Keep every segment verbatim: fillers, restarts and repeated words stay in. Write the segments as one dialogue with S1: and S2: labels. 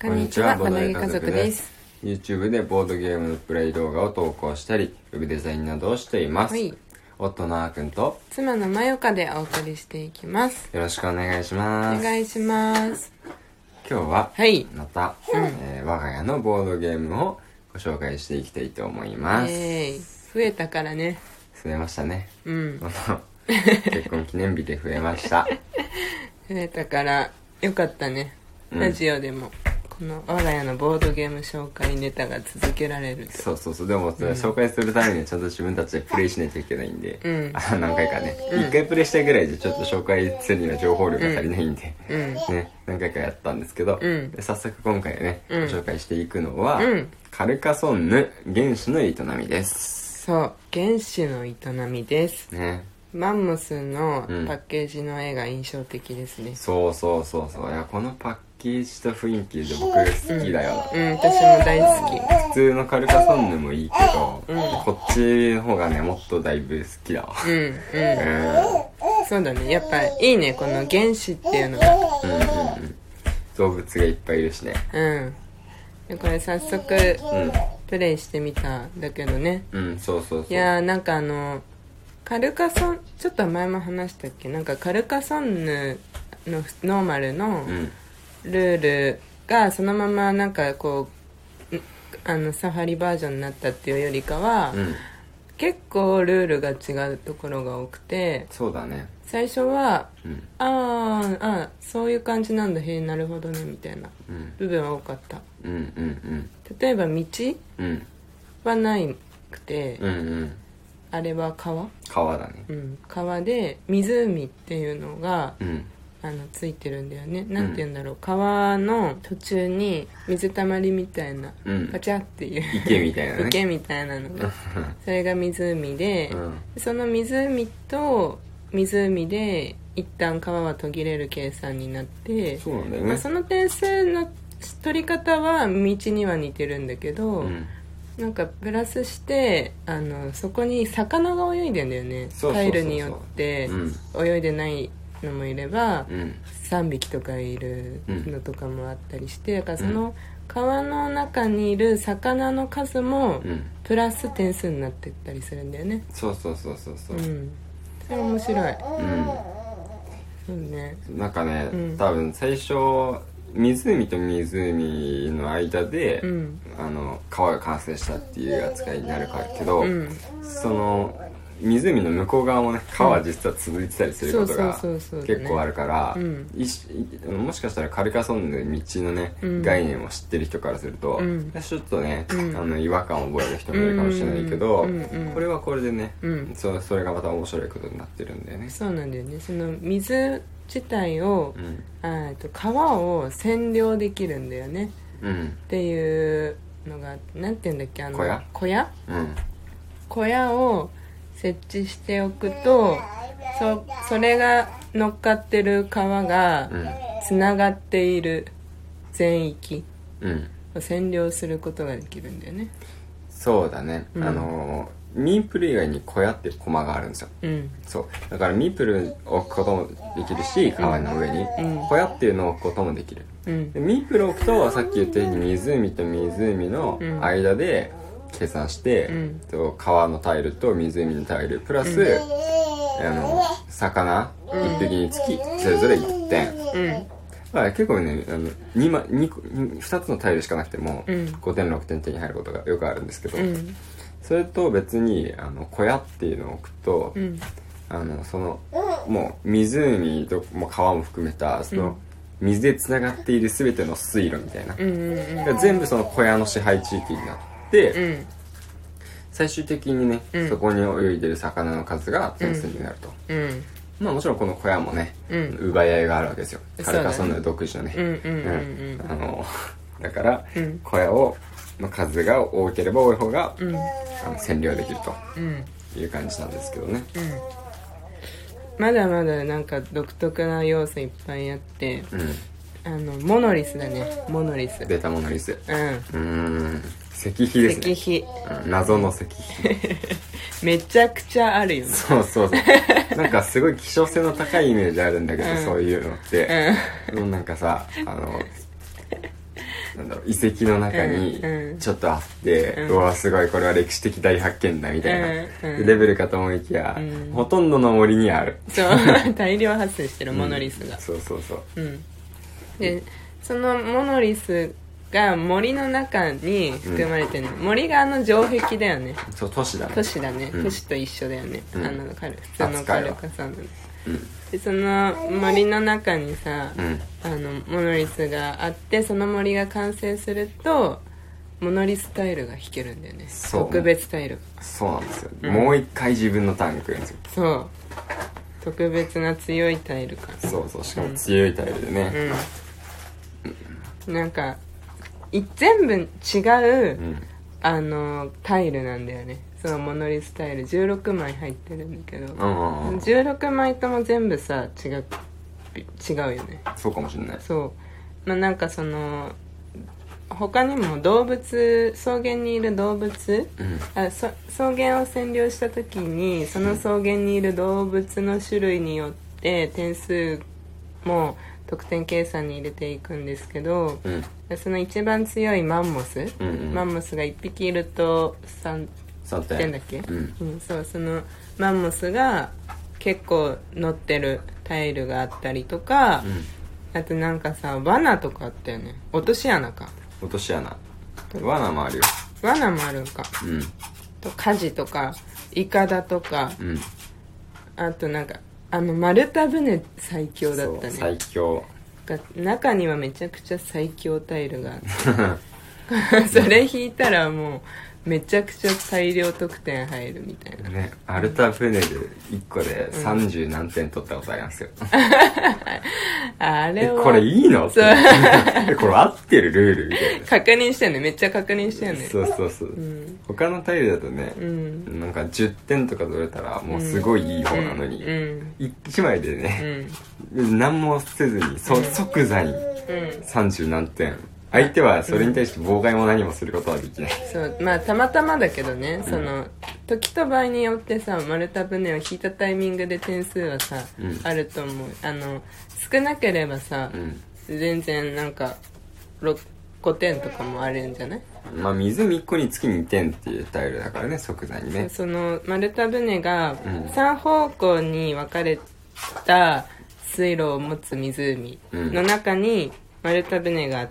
S1: こんにちは、ボドゲ家族です。
S2: YouTube でボードゲームのプレイ動画を投稿したり、ウェブデザインなどをしています。はい、夫のあーくんと
S1: 妻のまよかでお送りしていきます。
S2: よろしくお願いします。
S1: お願いします。
S2: 今日はまた、
S1: はい、
S2: えー、我が家のボードゲームをご紹介していきたいと思います。
S1: えー、増えたからね。
S2: 増えましたね。
S1: うん。
S2: 結婚記念日で増えました。
S1: 増えたからよかったね。ラジオでも、うん、この我が家のボードゲーム紹介ネタが続けられる。
S2: そうそうそう。でも、うん、紹介するためにはちゃんと自分たちでプレイしないといけないんで、うん、あ何回かね、一、うん、回プレイしたいぐらいでちょっと紹介するには情報量が足りないんで、うん、ね、何回かやったんですけど、うん、で早速今回ね、うん、ご紹介していくのは、うん、カルカソンヌ原始の営みです。
S1: そう、原始の営みです。
S2: ね。
S1: マンモスのパッケージの絵が印象的ですね。
S2: うん、そうそうそうそう。いや、このパッケージと雰囲気で僕好きだよ。
S1: うん、うん、私も大好き。
S2: 普通のカルカソンヌもいいけど、うん、こっちの方がね、もっとだいぶ好きだわ。うん、うん。うん、
S1: そうだね。やっぱいいね、この原始っていうのが。うんうんうん。
S2: 動物がいっぱいいるしね。
S1: うん。でこれ早速、うん、プレイしてみたんだけどね。
S2: うん、そうそうそう。
S1: いやー、なんかあの、カルカソン、ちょっと前も話したっけ、なんかカルカソンヌのノーマルのルールがそのままなんかこうあのサファリバージョンになったっていうよりかは、うん、結構ルールが違うところが多くて、
S2: そうだね。最
S1: 初は、うん、あーあそういう感じなんだ、へえなるほどねみたいな部分は多かった。うんうんうん、例えば道、うん、はないくて、うんうん、あれは川
S2: 川だね、
S1: うん、川で湖っていうのが、うん、あのついてるんだよね。なんて言うんだろう、うん、川の途中に水たまりみたいな、うん、パチャっていう
S2: 池みたいなね
S1: 池みたいなのがそれが湖で、うん、その湖と湖で一旦川は途切れる計算になって、
S2: そうなんだよね、
S1: まあ、その点数の取り方は道には似てるんだけど、うん、なんかプラスしてあのそこに魚が泳いでんだよね。タイルによって泳いでないのもいれば、うん、さんびきとかいるのとかもあったりして、だからその川の中にいる魚の数もプラス点数になってったりするんだよね。
S2: そうそうそうそうそう、うん、
S1: それ面白い。うん、そうね。
S2: なんかね、うん、多分最初湖と湖の間で、うん、あの川が完成したっていう扱いになるからけど、うん、その湖の向こう側もね川は実は続いてたりすることが結構あるから、もしかしたらカルカソンヌ道のね、うん、概念を知ってる人からすると、うん、ちょっとね、うん、あの違和感を覚える人もいるかもしれないけど、うんうんうん、これはこれでね、うん、そ, それがまた面白いことになってるんだよね。
S1: そうなんだよね。その水自体を、うん、あと川を占領できるんだよね、うん、っていうのがなんて言うんだっけ、あの
S2: 小屋、
S1: 小屋、うん、小屋を設置しておくと、 そ, それが乗っかってる川がつながっている全域を占領することができるんだよね。
S2: そうだね、うん、あのミープル以外に小屋っていうコマがあるんですよ、うん、そうだからミープルを置くこともできるし、川の上に、うん、小屋っていうのを置くこともできる、うん、でミープルを置くとさっき言ったように湖と湖の間で計算して、うん、と川のタイルと湖のタイルプラス、うん、あの魚いっぴきにつきそれぞれいってん、うんまあ、結構ねあの 2, ま 2, 2つのタイルしかなくてもごてんろくてん手に入ることがよくあるんですけど、うん、それと別にあの小屋っていうのを置くと、うん、あのそのもう湖とも川も含めたその水でつながっている全ての水路みたいな、うんうんうん、全部その小屋の支配地域になって、うん、最終的にね、うん、そこに泳いでる魚の数が点数になると、うんうんまあもちろんこの小屋もね、うん、奪い合いがあるわけですよ。カルカソンヌ独自のね。あのだから、うん、小屋をの数が多ければ多い方が、うん、あの占領できるという感じなんですけどね。
S1: うん、まだまだなんか独特な要素いっぱいあって、うん、あのモノリスだね。モノリス。
S2: ベタモノリス。うん。うーん。石碑ですね。
S1: 石碑、
S2: うん、謎の石碑
S1: めちゃくちゃあるよね。
S2: そうそうそうなんかすごい希少性の高いイメージあるんだけど、うん、そういうのって、うん、なんかさあのなんだろう遺跡の中にちょっとあって、うんうん、うわすごいこれは歴史的大発見だみたいな、うんうん、レベルかと思いきや、うん、ほとんどの森にある。
S1: そう大量発生してるモノリスが、
S2: うん、そうそうそう、うん、
S1: でそのモノリスが森の中に含まれてるの、うん、森があの城壁だよね。
S2: そう都市だね
S1: 都市だね、うん、都市と一緒だよね、うん、あの普通のカルカサンド、うん、でその森の中にさ、うん、あのモノリスがあって、その森が完成するとモノリスタイルが引けるんだよね。特別タイル。
S2: そうなんですよ、うん、もう一回自分のターンが来るんですよ。
S1: そう特別な強いタイルか。
S2: そうそう、しかも強いタイルでね、
S1: うん、なんか全部違う、うん、あのタイルなんだよね。そのモノリスタイルじゅうろくまい入ってるんだけど、うんうん、じゅうろくまいとも全部さ違う違うよね。
S2: そうかもしれない。
S1: そう、まあ、なんかその他にも動物、草原にいる動物、うん、あそ草原を占領した時にその草原にいる動物の種類によって点数も得点計算に入れていくんですけど、うん、その一番強いマンモス、うんうん、マンモスがいっぴきいるとさんてんだっけ、うんうん、そうそのマンモスが結構乗ってるタイルがあったりとか、うん、あとなんかさ罠とかあったよね。落とし穴か。
S2: 落とし穴、罠もあるよ。
S1: 罠もあるんか、うん、とカジとかイカダとか、うん、あとなんかあの丸太船最強だったね。
S2: 最強。
S1: 中にはめちゃくちゃ最強タイルがあってそれ引いたらもうめちゃくちゃ大量得点入るみたいな
S2: ね。丸太船でいっこでさんじゅう何点取ったことありますよ、うん、あれはこれいいのってこれ合ってるルールみたいな
S1: 確認してんね。めっちゃ確認してんね。
S2: そうそうそう、うん、他のタイルだとね、うん、なんかじゅってんとか取れたらもうすごいいい方なのに、うん、いちまいでね、うん、何もせずにそ即座にさんじゅう何点、相手はそれに対して妨害も何もすることはできない、うん、
S1: そうまあたまたまだけどね、うん、その時と場合によってさ丸太船を引いたタイミングで点数はさ、うん、あると思う。あの少なければさ、うん、全然なんかごてんとかもあるんじゃない？
S2: まあ湖いっこにつきにてんっていうタイルだからね、即座にね。
S1: その丸太船がさん方向に分かれた水路を持つ湖の中に、うん丸太船があって、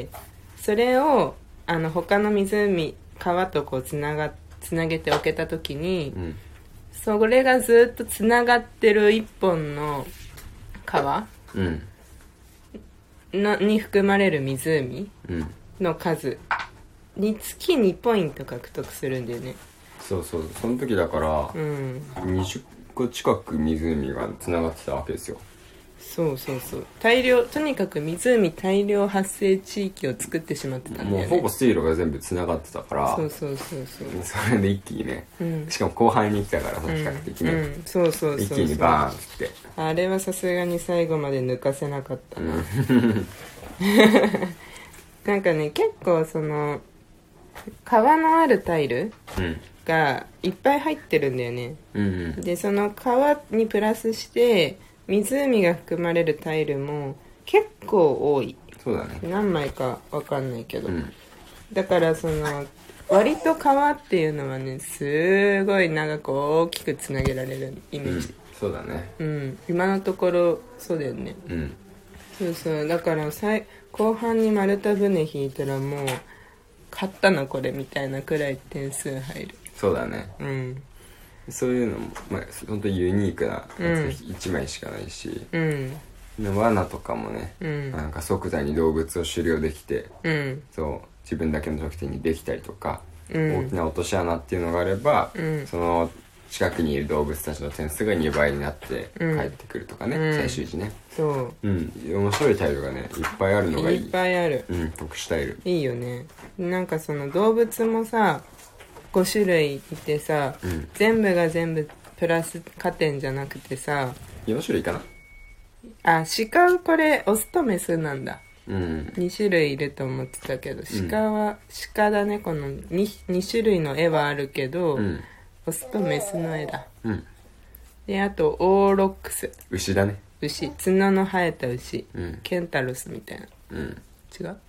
S1: それをあの他の湖川とこうつながつなげておけた時に、うん、それがずっとつながってる一本の川、うん、のに含まれる湖の数につきにポイント獲得するんだよね。
S2: そうそう、その時だから、うん、にじゅっこ近く湖がつながってたわけですよ。
S1: そうそうそう、大量とにかく湖大量発生地域を作ってしまってたんだよね。
S2: もうほぼ水路が全部つながってたから、
S1: そうそうそうそう、
S2: それで一気にね、うん、しかも後半に来たから比較的ね、うんうん、そうそうそうそう、一気にバーンって
S1: あれはさすがに最後まで抜かせなかったな、うん、なんかね結構その川のあるタイルがいっぱい入ってるんだよね、うんうん、でその川にプラスして湖が含まれるタイルも結構多い。
S2: そうだね、
S1: 何枚か分かんないけど、うん、だからその割と川っていうのはねすごい長く大きくつなげられるイメージ、うん、
S2: そうだね、
S1: うん、今のところそうだよね、うん、そうそうだから後半に丸太船引いたらもう勝ったなこれみたいなくらい点数入る。
S2: そうだね、うん、そういうのも、まあ、本当にユニークなやついちまいしかないし、うん、罠とかもね、うん、なんか即座に動物を狩猟できて、うん、そう自分だけの得点にできたりとか、うん、大きな落とし穴っていうのがあれば、うん、その近くにいる動物たちの点数がにばいになって帰ってくるとかね、うん、最終時ね、そう、うん、面白いタイルがねいっぱいあるのがいい。
S1: いっぱいある、
S2: うん、特殊タイル
S1: いいよね。なんかその動物もさご種類いてさ、うん、全部が全部プラス加点じゃなくてさ
S2: よん種類かな
S1: あ、鹿はこれオスとメスなんだ、うん、に種類いると思ってたけど鹿は、うん、鹿だね。この 2, に種類の絵はあるけど、うん、オスとメスの絵だ、うん、であとオーロックス
S2: 牛だね。
S1: 牛、角の生えた牛、うん、ケンタロスみたいな、うん、違う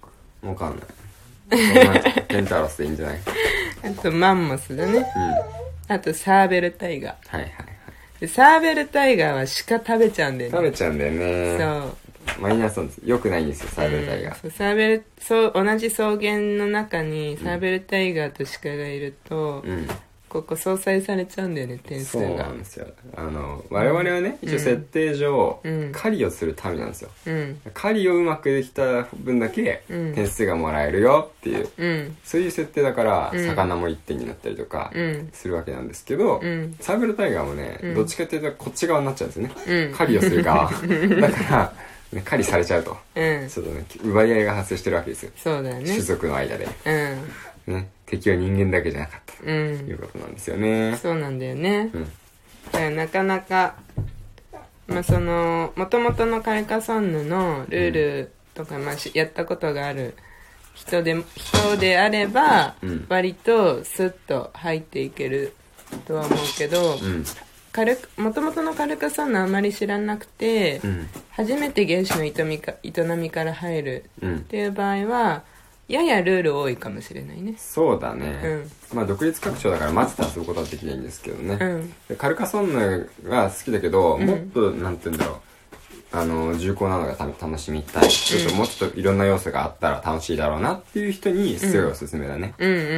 S2: わかんないケンタロスでいいんじゃない？
S1: あとマンモスだね、うん、あとサーベルタイガー。
S2: はいはいはい。
S1: でサーベルタイガーは鹿食べちゃうんだよね。
S2: 食べちゃうんだよね。そうマイナスなんです。よくないんですよサーベルタイガー、
S1: うん、そうサーベルそう同じ草原の中にサーベルタイガーと鹿がいると、うん、ここ相殺されちゃうんだよね点数が。そうなんですよ。あの我々はね、うん、一応設定上、うん、狩りをするためなんですよ、うん、狩りをうまくできた分だけ点数がもらえるよっていう、うん、そういう設定だから、うん、魚もいってんになったりとかするわけなんですけど、うん、サーベルタイガーもね、うん、どっちかっていうとこっち側になっちゃうんですよね、うん、狩りをする側だからね、狩りされちゃうと、うん、ちょっとね奪い合いが発生してるわけですよ。そうだよね、種族の間で、うんね、敵は人間だけじゃなかったと、うん、いうことなんですよね。そうなんだよね、うん、だからなかなかまあその元々のカルカソンヌのルールとか、まあ、やったことがある人で人であれば、うん、割とスッと入っていけるとは思うけど、うんもともとのカルカソンヌあんまり知らなくて、うん、初めて原始の営みか営みから入るっていう場合は、うん、ややルール多いかもしれないね。
S2: そうだね、うん、まあ独立拡張だから混ぜて遊ぶことはできないんですけどね、うん、でカルカソンヌが好きだけど、うん、もっとなんて言うんだろうあの重厚なのが楽しみたい、ちょっともうちょっといろんな要素があったら楽しいだろうなっていう人にすごいおすすめだね。
S1: うんうんうん、うん、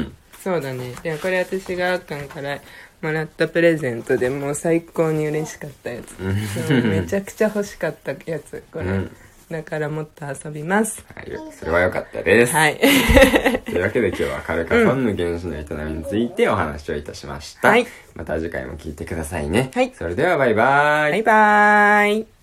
S1: そうだね。でもこれ私があかんからもらったプレゼントでもう最高に嬉しかったやつめちゃくちゃ欲しかったやつこれ、うん、だからもっと遊びます。
S2: はい、それは良かったです。はい。というわけで今日はカルカソンヌ原始の営みについてお話をいたしました。はい。また次回も聞いてくださいね。はい。それではバイバーイ。
S1: バイバーイ。